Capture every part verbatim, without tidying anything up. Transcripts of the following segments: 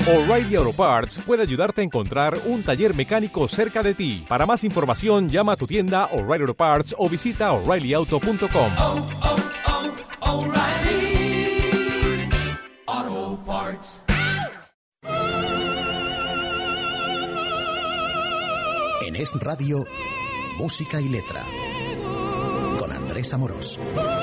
O'Reilly Auto Parts puede ayudarte a encontrar un taller mecánico cerca de ti. Para más información, llama a tu tienda O'Reilly Auto Parts o visita O'Reilly Auto punto com. Oh, oh, oh, O'Reilly Auto Parts. En Es Radio, Música y Letra, con Andrés Amorós.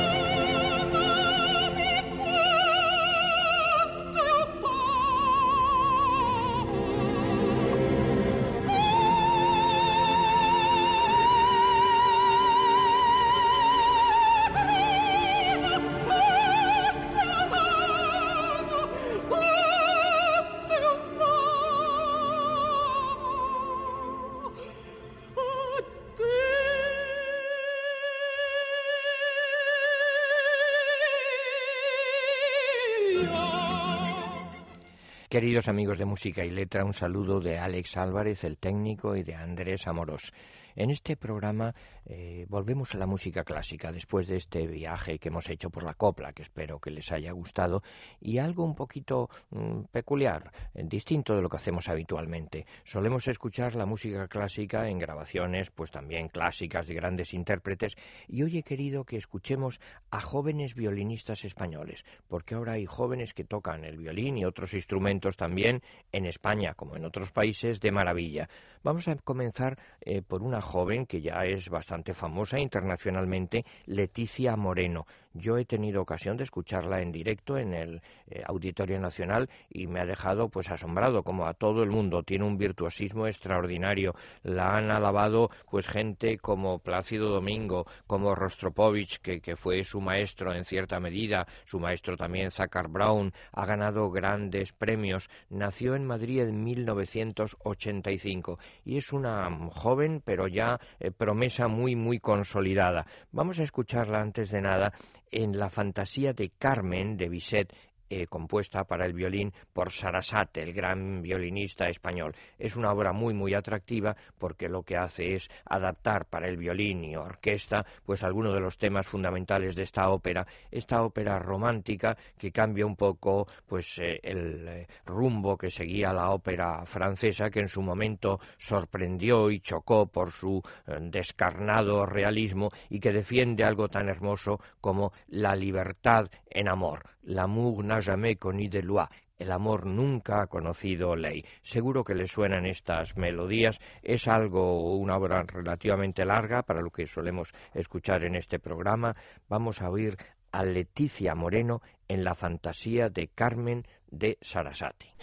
Queridos amigos de Música y Letra, un saludo de Alex Álvarez, el técnico, y de Andrés Amorós. En este programa eh, volvemos a la música clásica, después de este viaje que hemos hecho por la copla, que espero que les haya gustado, y algo un poquito mm, peculiar, eh, distinto de lo que hacemos habitualmente. Solemos escuchar la música clásica en grabaciones, pues también clásicas de grandes intérpretes, y hoy he querido que escuchemos a jóvenes violinistas españoles, porque ahora hay jóvenes que tocan el violín y otros instrumentos también en España, como en otros países, de maravilla. Vamos a comenzar eh, por una joven que ya es bastante famosa internacionalmente, Leticia Moreno. Yo he tenido ocasión de escucharla en directo en el eh, Auditorio Nacional y me ha dejado pues asombrado, como a todo el mundo. Tiene un virtuosismo extraordinario. La han alabado pues gente como Plácido Domingo, como Rostropovich, que, que fue su maestro en cierta medida, su maestro también Zakhar Braun. Ha ganado grandes premios. Nació en Madrid en mil novecientos ochenta y cinco y es una joven pero ya eh, promesa muy muy consolidada. Vamos a escucharla antes de nada en la fantasía de Carmen de Bizet, Eh, compuesta para el violín por Sarasate, el gran violinista español. Es una obra muy muy atractiva porque lo que hace es adaptar para el violín y orquesta pues algunos de los temas fundamentales de esta ópera, esta ópera romántica que cambia un poco pues eh, el eh, rumbo que seguía la ópera francesa, que en su momento sorprendió y chocó por su eh, descarnado realismo, y que defiende algo tan hermoso como la libertad en amor. L'amour n'a jamais connu de loi. El amor nunca ha conocido ley. Seguro que les suenan estas melodías. Es algo, una obra relativamente larga para lo que solemos escuchar en este programa. Vamos a oír a Leticia Moreno en la fantasía de Carmen de Sarasate.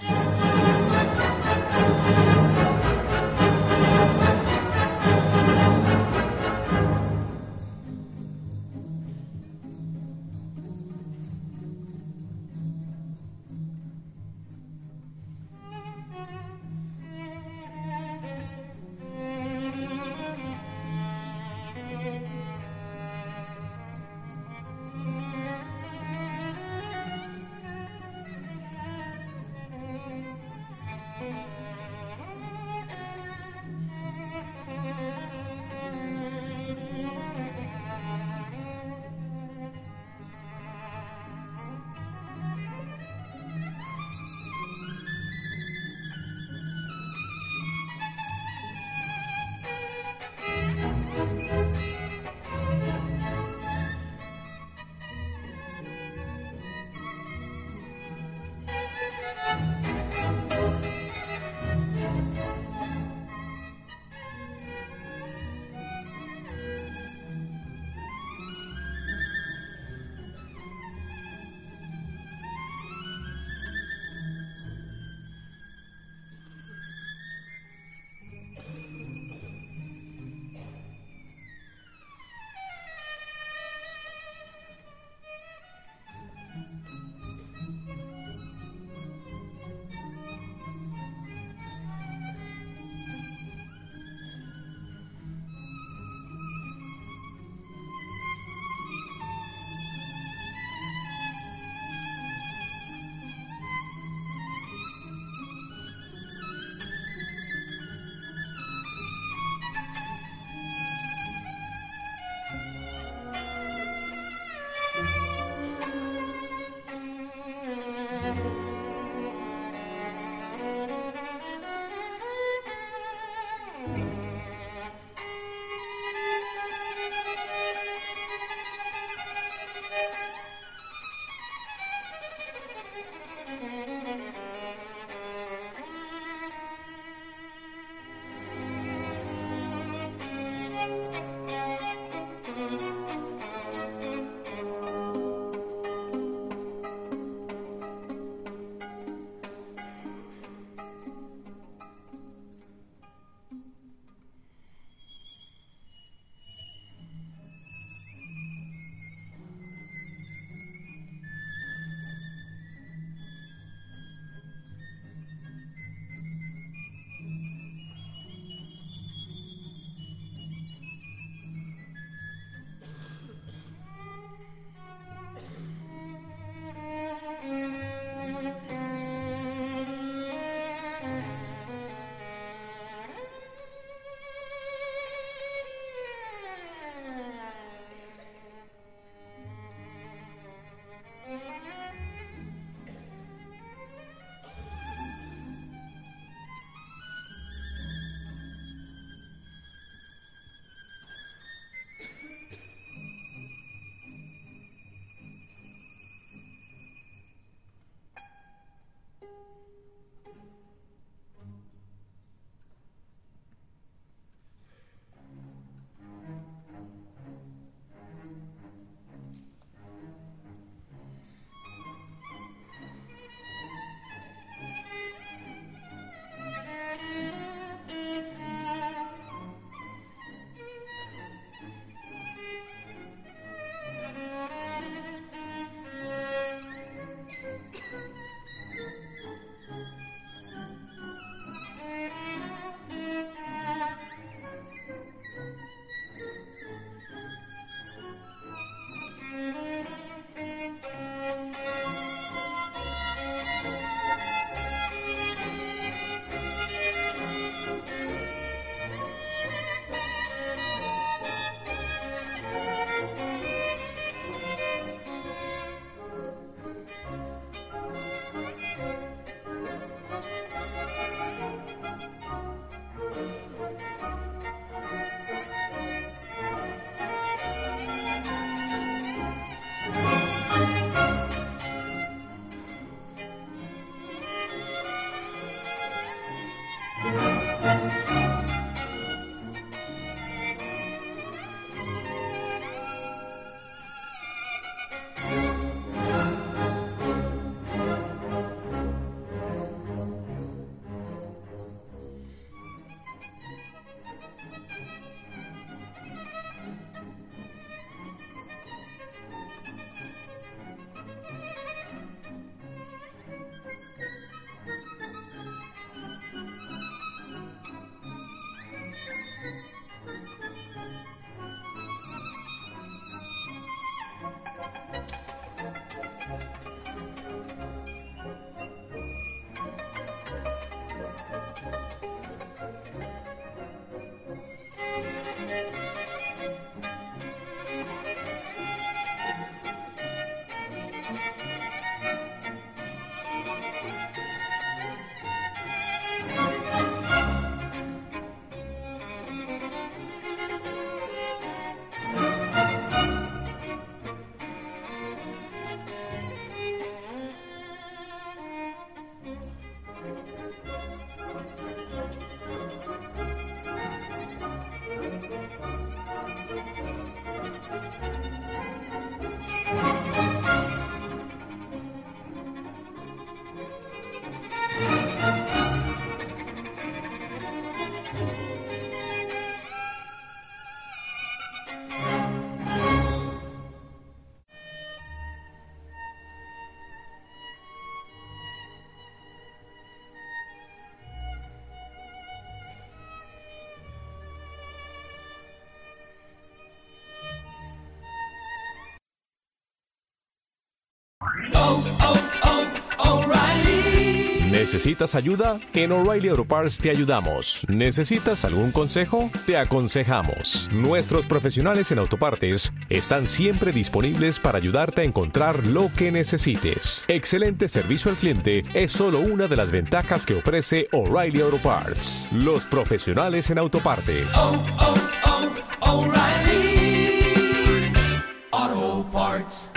¿Necesitas ayuda? En O'Reilly Auto Parts te ayudamos. ¿Necesitas algún consejo? Te aconsejamos. Nuestros profesionales en autopartes están siempre disponibles para ayudarte a encontrar lo que necesites. Excelente servicio al cliente es solo una de las ventajas que ofrece O'Reilly Auto Parts. Los profesionales en autopartes. Oh, oh, oh, O'Reilly Auto Parts.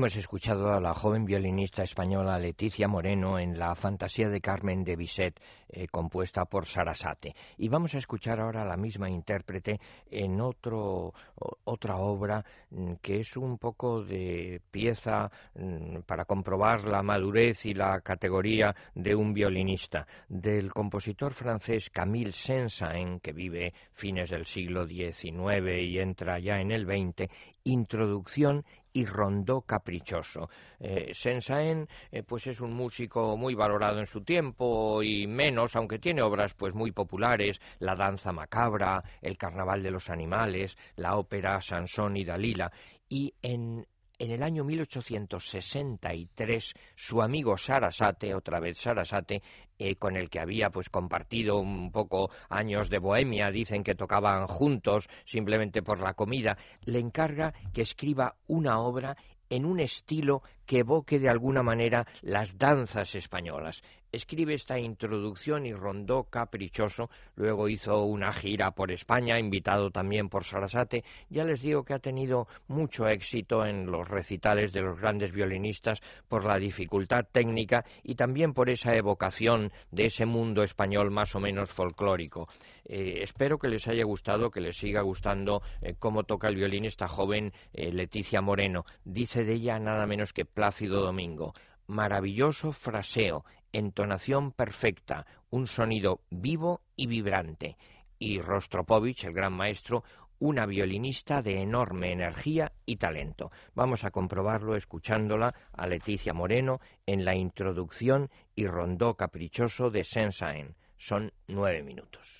Hemos escuchado a la joven violinista española Leticia Moreno en la Fantasía de Carmen de Bizet, eh, compuesta por Sarasate. Y vamos a escuchar ahora a la misma intérprete en otro, otra obra mm, que es un poco de pieza mm, para comprobar la madurez y la categoría de un violinista, del compositor francés Camille Saint-Saëns, que vive fines del siglo diecinueve y entra ya en el veinte, Introducción y Rondó caprichoso. Eh, Saint-Saëns eh, pues es un músico muy valorado en su tiempo y menos, aunque tiene obras pues muy populares, La danza macabra, El carnaval de los animales, la ópera Sansón y Dalila, y en En el año mil ochocientos sesenta y tres, su amigo Sarasate, otra vez Sarasate, eh, con el que había pues compartido un poco años de bohemia, dicen que tocaban juntos simplemente por la comida, le encarga que escriba una obra en un estilo que evoque de alguna manera las danzas españolas. Escribe esta introducción y Rondó caprichoso, luego hizo una gira por España, invitado también por Sarasate. Ya les digo que ha tenido mucho éxito en los recitales de los grandes violinistas por la dificultad técnica y también por esa evocación de ese mundo español más o menos folclórico. Eh, espero que les haya gustado, que les siga gustando eh, cómo toca el violín esta joven eh, Leticia Moreno. Dice de ella nada menos que Plácido Domingo: maravilloso fraseo, entonación perfecta, un sonido vivo y vibrante. Y Rostropovich, el gran maestro, una violinista de enorme energía y talento. Vamos a comprobarlo escuchándola a Leticia Moreno en la introducción y Rondó caprichoso de Saint-Saëns. Son nueve minutos.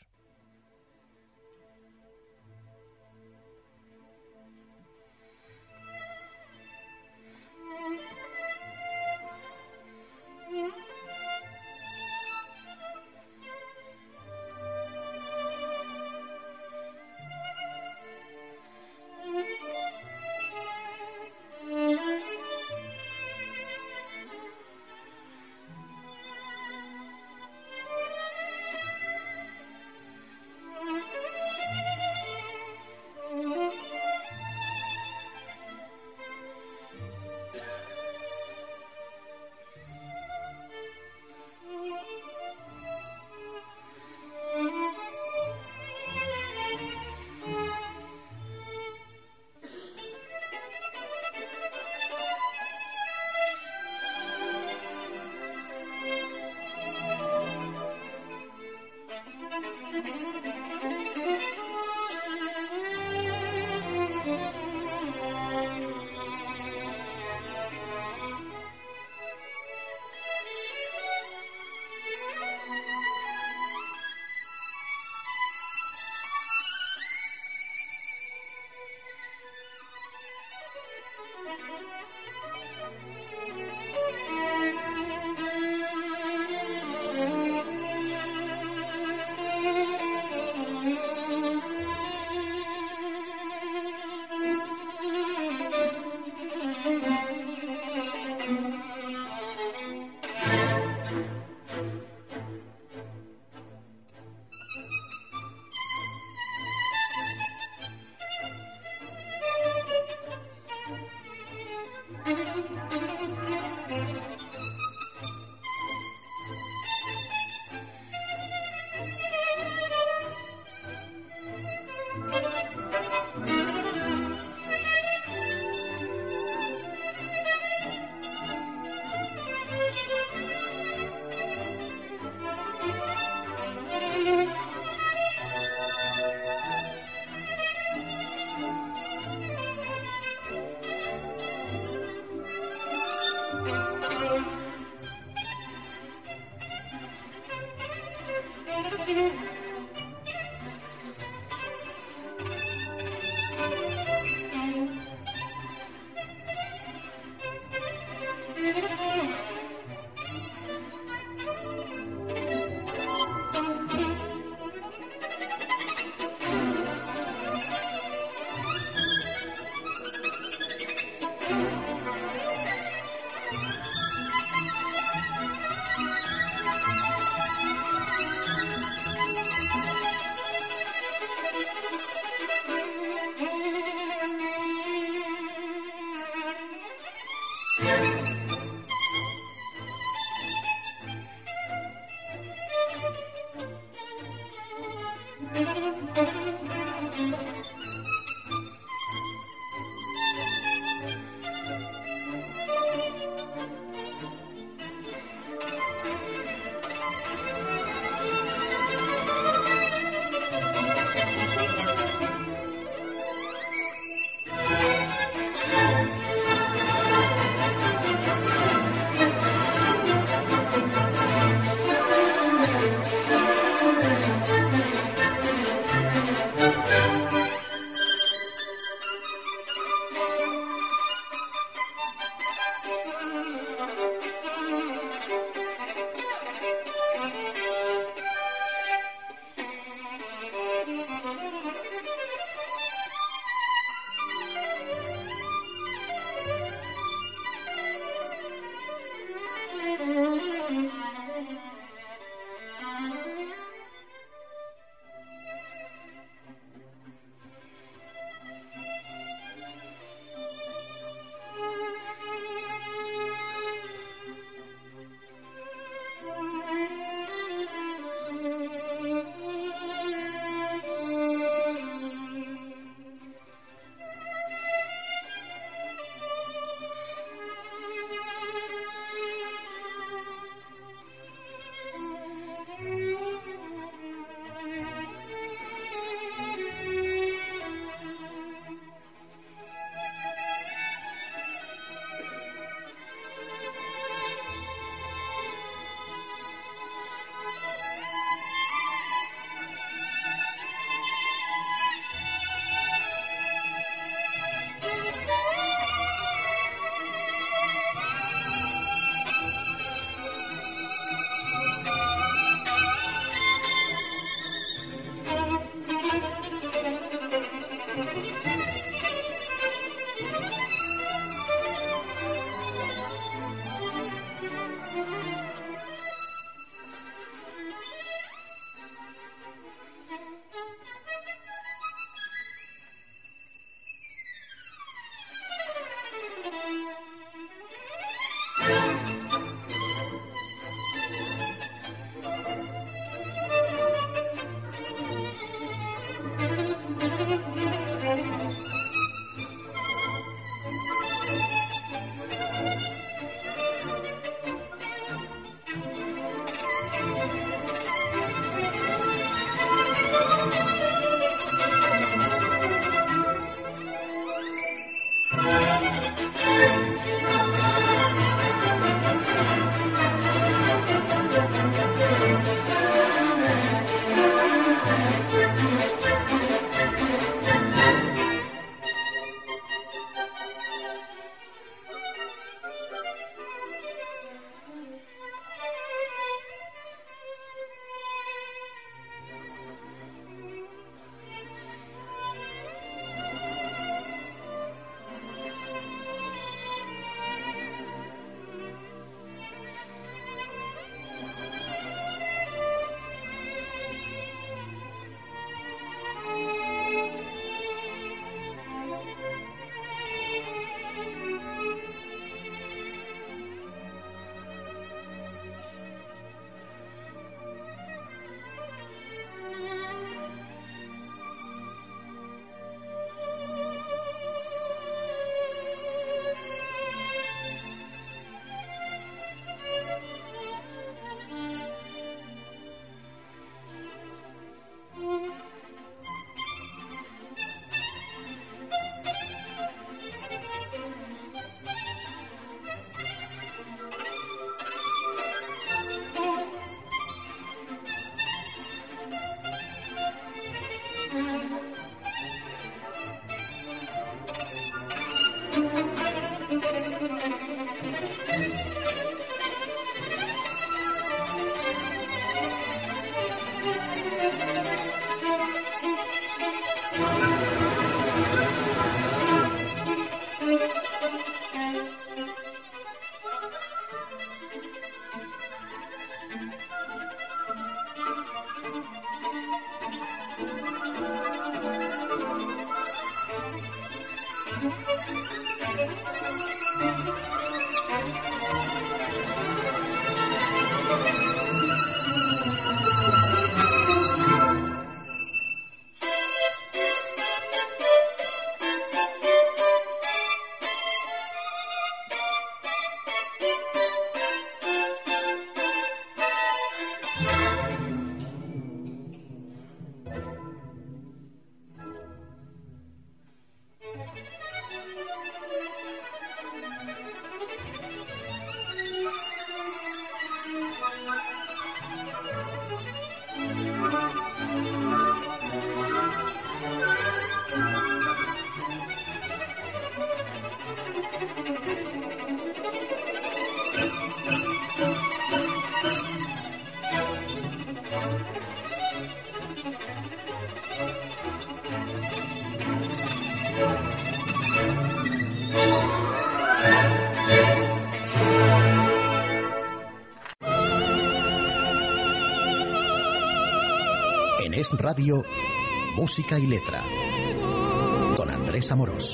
En Es Radio, Música y Letra, con Andrés Amorós.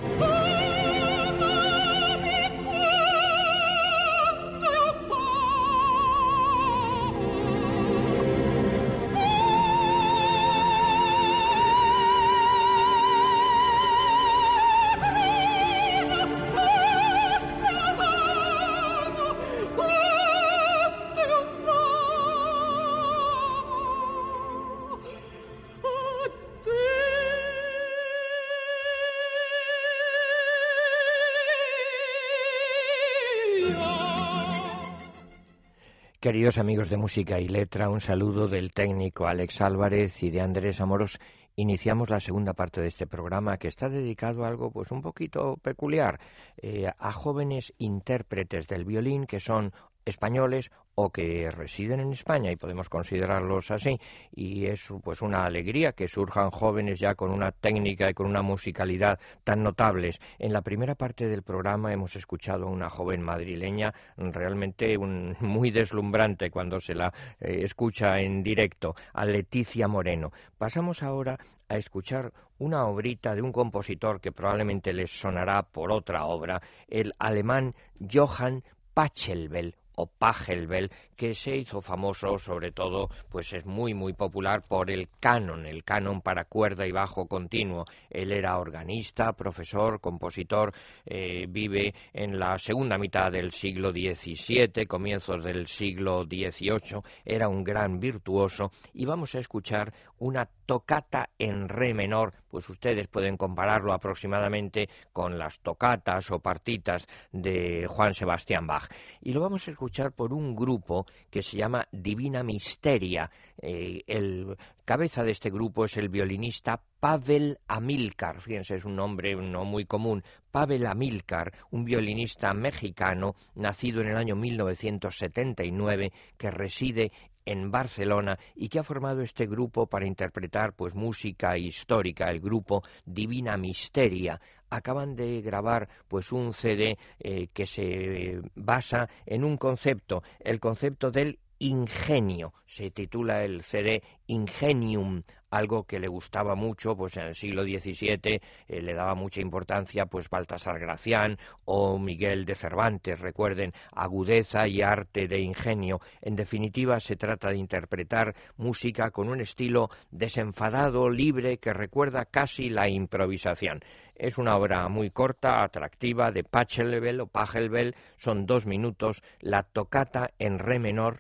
Queridos amigos de Música y Letra, un saludo del técnico Alex Álvarez y de Andrés Amorós. Iniciamos la segunda parte de este programa que está dedicado a algo pues un poquito peculiar, eh, a jóvenes intérpretes del violín que son españoles o que residen en España, y podemos considerarlos así, y es pues una alegría que surjan jóvenes ya con una técnica y con una musicalidad tan notables. En la primera parte del programa hemos escuchado a una joven madrileña realmente un, muy deslumbrante cuando se la eh, escucha en directo, a Leticia Moreno. Pasamos ahora a escuchar una obrita de un compositor que probablemente les sonará por otra obra, el alemán Johann Pachelbel, o Pachelbel, que se hizo famoso sobre todo, pues es muy muy popular por el canon, el canon para cuerda y bajo continuo. Él era organista, profesor, compositor, eh, vive en la segunda mitad del siglo diecisiete, comienzos del siglo dieciocho, era un gran virtuoso, y vamos a escuchar una tocata en re menor, pues ustedes pueden compararlo aproximadamente con las tocatas o partitas de Juan Sebastián Bach, y lo vamos a escuchar por un grupo que se llama Divina Misteria. Eh, el cabeza de este grupo es el violinista Pavel Amilcar, fíjense, es un nombre no muy común, Pavel Amilcar, un violinista mexicano nacido en el año mil novecientos setenta y nueve, que reside en Barcelona y que ha formado este grupo para interpretar pues música histórica, el grupo Divina Misteria. Acaban de grabar pues un C D eh, que se basa en un concepto, el concepto del ingenio. Se titula el C D Ingenium, algo que le gustaba mucho pues en el siglo diecisiete, eh, le daba mucha importancia pues Baltasar Gracián o Miguel de Cervantes. Recuerden, agudeza y arte de ingenio. En definitiva, se trata de interpretar música con un estilo desenfadado, libre, que recuerda casi la improvisación. Es una obra muy corta, atractiva, de Pachelbel o Pachelbel, son dos minutos, la tocata en re menor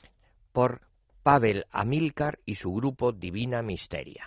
por Pavel Amilcar y su grupo Divina Misteria.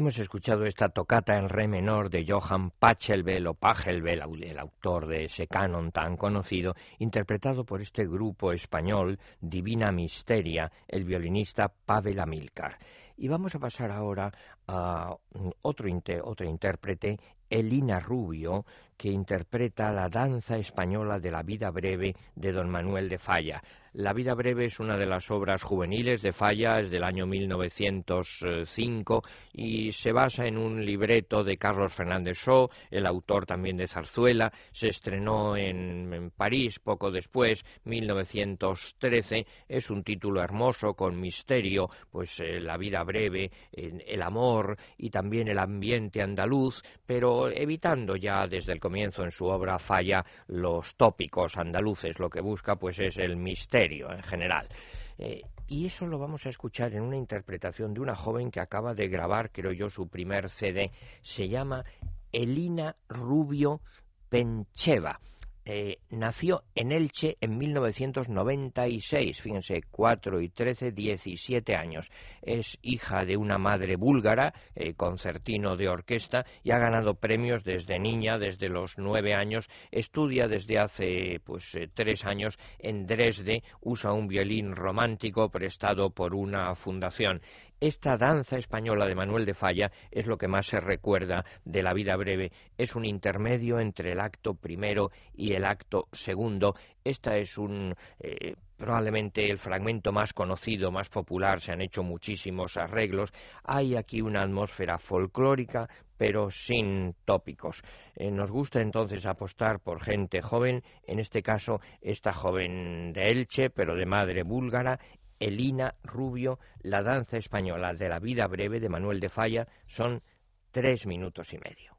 Hemos escuchado esta tocata en re menor de Johann Pachelbel o Pachelbel, el autor de ese canon tan conocido, interpretado por este grupo español Divina Misteria, el violinista Pavel Amilcar. Y vamos a pasar ahora a otro, inter, otro intérprete, Elina Rubio, que interpreta la danza española de la vida breve de don Manuel de Falla. La vida breve es una de las obras juveniles de Falla, es del año mil novecientos cinco y se basa en un libreto de Carlos Fernández Shaw, el autor también de Zarzuela. Se estrenó en, en París poco después, mil novecientos trece. Es un título hermoso con misterio, pues eh, la vida breve, eh, el amor y también el ambiente andaluz, pero evitando ya desde el comienzo en su obra Falla los tópicos andaluces. Lo que busca pues es el misterio en general. Eh, y eso lo vamos a escuchar en una interpretación de una joven que acaba de grabar, creo yo, su primer C D. Se llama Elina Rubio Pencheva. Eh, nació en Elche en mil novecientos noventa y seis, fíjense, cuatro y trece, diecisiete años. Es hija de una madre búlgara, eh, concertino de orquesta, y ha ganado premios desde niña, desde los nueve años. Estudia desde hace pues eh, tres años en Dresde, usa un violín romántico prestado por una fundación. Esta danza española de Manuel de Falla es lo que más se recuerda de la vida breve. Es un intermedio entre el acto primero y el acto segundo. Esta es un eh, probablemente el fragmento más conocido, más popular. Se han hecho muchísimos arreglos. Hay aquí una atmósfera folclórica, pero sin tópicos. Eh, nos gusta entonces apostar por gente joven, en este caso esta joven de Elche, pero de madre búlgara, Elina Rubio. La danza española de la vida breve de Manuel de Falla. Son tres minutos y medio.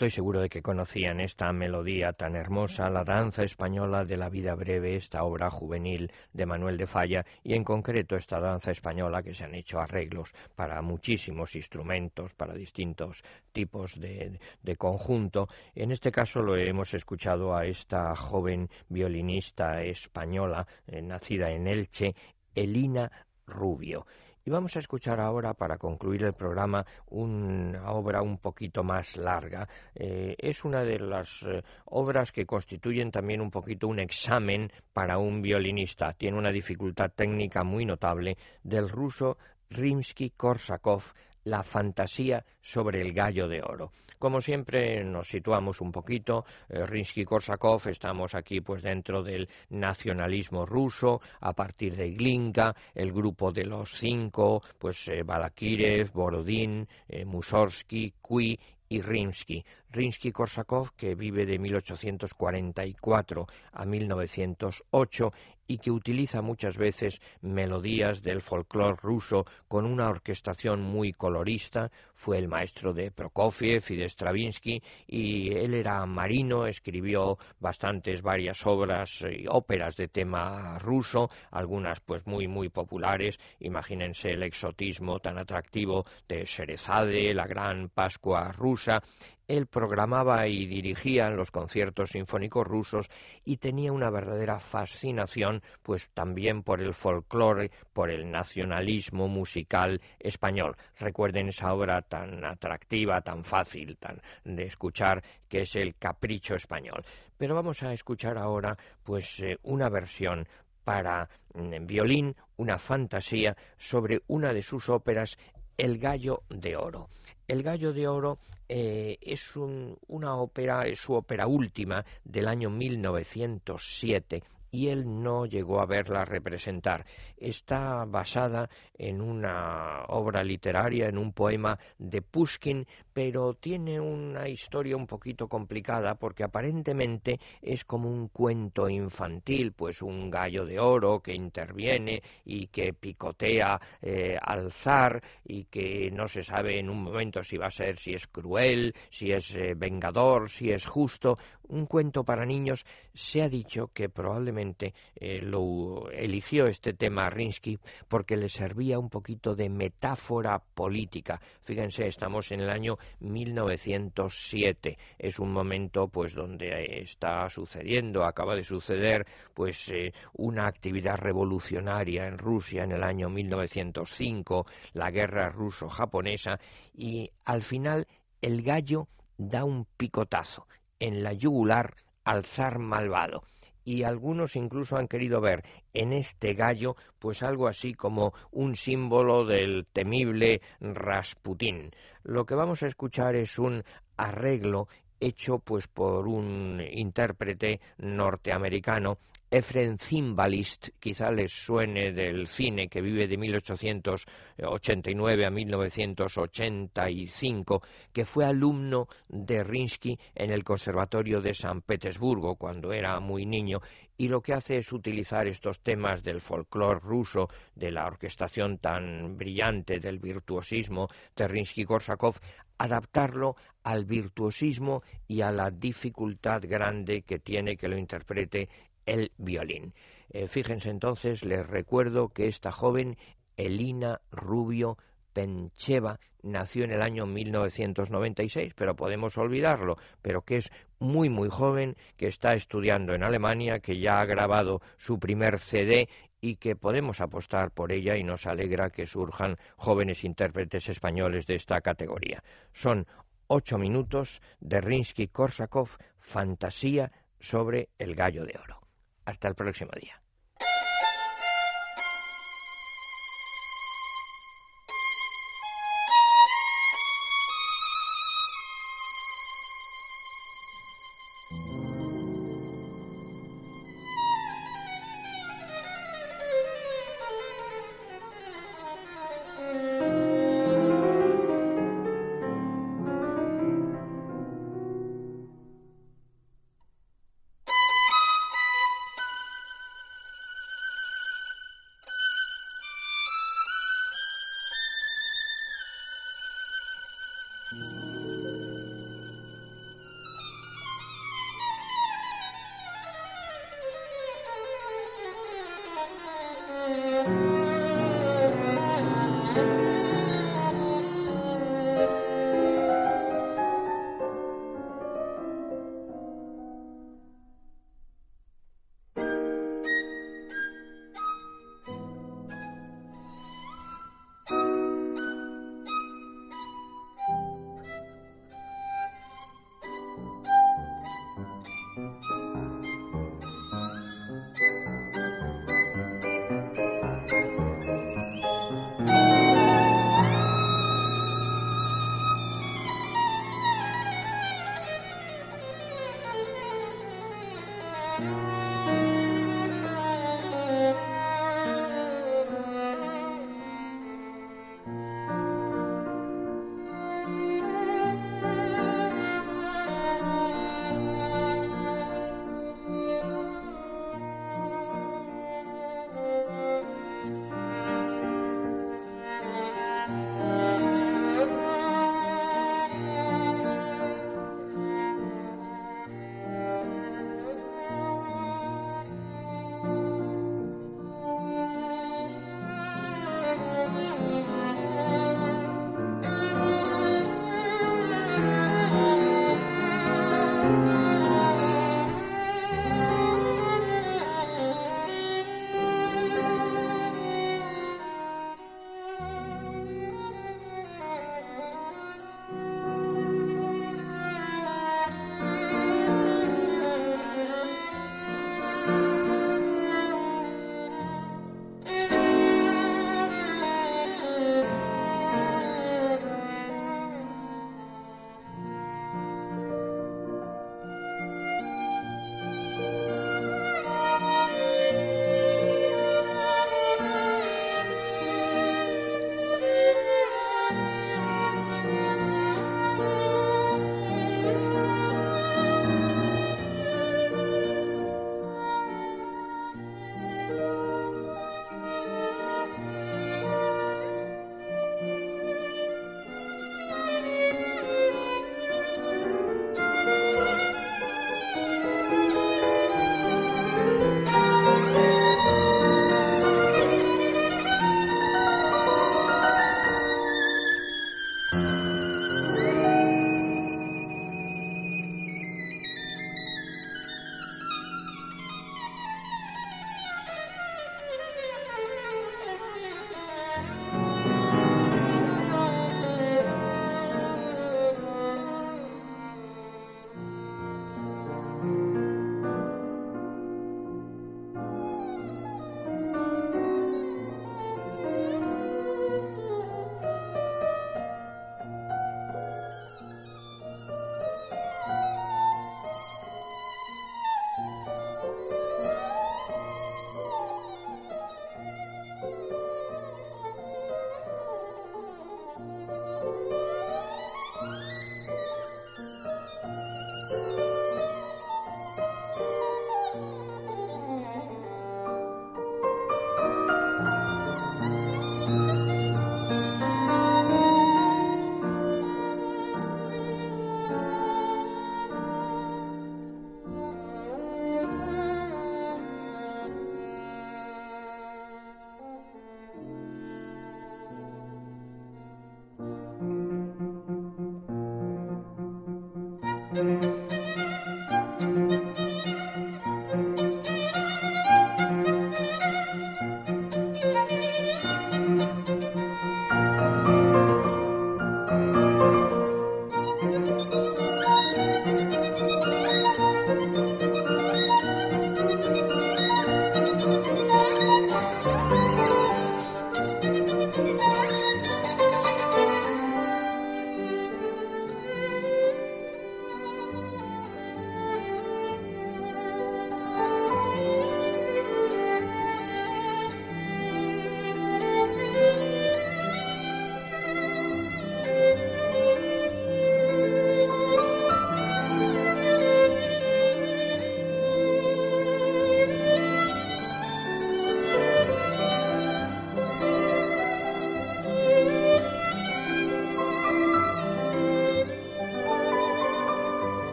Estoy seguro de que conocían esta melodía tan hermosa, la danza española de la vida breve, esta obra juvenil de Manuel de Falla, y en concreto esta danza española que se han hecho arreglos para muchísimos instrumentos, para distintos tipos de, de conjunto. En este caso lo hemos escuchado a esta joven violinista española, eh, nacida en Elche, Elina Rubio. Y vamos a escuchar ahora, para concluir el programa, una obra un poquito más larga. Eh, es una de las eh, obras que constituyen también un poquito un examen para un violinista. Tiene una dificultad técnica muy notable, del ruso Rimsky-Korsakov, La fantasía sobre el gallo de oro. Como siempre nos situamos un poquito, eh, Rimsky-Korsakov, estamos aquí pues dentro del nacionalismo ruso, a partir de Glinka, el grupo de los cinco, pues eh, Balakirev, Borodín, eh, Mussorgsky, Cui y Rimsky. Rimsky-Korsakov, que vive de mil ochocientos cuarenta y cuatro a mil novecientos ocho y que utiliza muchas veces melodías del folclore ruso con una orquestación muy colorista. Fue el maestro de Prokofiev y de Stravinsky, y él era marino, escribió bastantes, varias obras y óperas de tema ruso, algunas pues muy muy populares. Imagínense el exotismo tan atractivo de Sherezade, la gran Pascua rusa. Él programaba y dirigía los conciertos sinfónicos rusos y tenía una verdadera fascinación pues también por el folclore, por el nacionalismo musical español. Recuerden esa obra tan atractiva, tan fácil tan de escuchar, que es el Capricho español. Pero vamos a escuchar ahora pues eh, una versión para mm, violín, una fantasía sobre una de sus óperas, El gallo de oro. El gallo de oro eh, es un, una ópera, es su ópera última del año mil novecientos siete, y él no llegó a verla representar. Está basada en una obra literaria, en un poema de Pushkin, pero tiene una historia un poquito complicada porque aparentemente es como un cuento infantil, pues un gallo de oro que interviene y que picotea eh, al zar, y que no se sabe en un momento si va a ser, si es cruel, si es eh, vengador, si es justo. Un cuento para niños. Se ha dicho que probablemente eh, lo eligió este tema Rimsky porque le servía un poquito de metáfora política. Fíjense, estamos en el año mil novecientos siete. Es un momento pues donde está sucediendo, acaba de suceder pues eh, una actividad revolucionaria en Rusia en el año mil novecientos cinco, la guerra ruso-japonesa, y al final el gallo da un picotazo en la yugular al zar malvado, y algunos incluso han querido ver en este gallo pues algo así como un símbolo del temible Rasputín. Lo que vamos a escuchar es un arreglo hecho pues por un intérprete norteamericano, Efrem Zimbalist, quizá les suene del cine, que vive de mil ochocientos ochenta y nueve a mil novecientos ochenta y cinco, que fue alumno de Rimsky en el Conservatorio de San Petersburgo cuando era muy niño, y lo que hace es utilizar estos temas del folclore ruso, de la orquestación tan brillante, del virtuosismo de Rimsky-Korsakov, adaptarlo al virtuosismo y a la dificultad grande que tiene que lo interprete el violín. Eh, fíjense entonces, les recuerdo que esta joven, Elina Rubio Pencheva, nació en el año mil novecientos noventa y seis, pero podemos olvidarlo, pero que es muy muy joven, que está estudiando en Alemania, que ya ha grabado su primer C D y que podemos apostar por ella, y nos alegra que surjan jóvenes intérpretes españoles de esta categoría. Son ocho minutos de Rimsky-Korsakov, fantasía sobre el gallo de oro. Hasta el próximo día.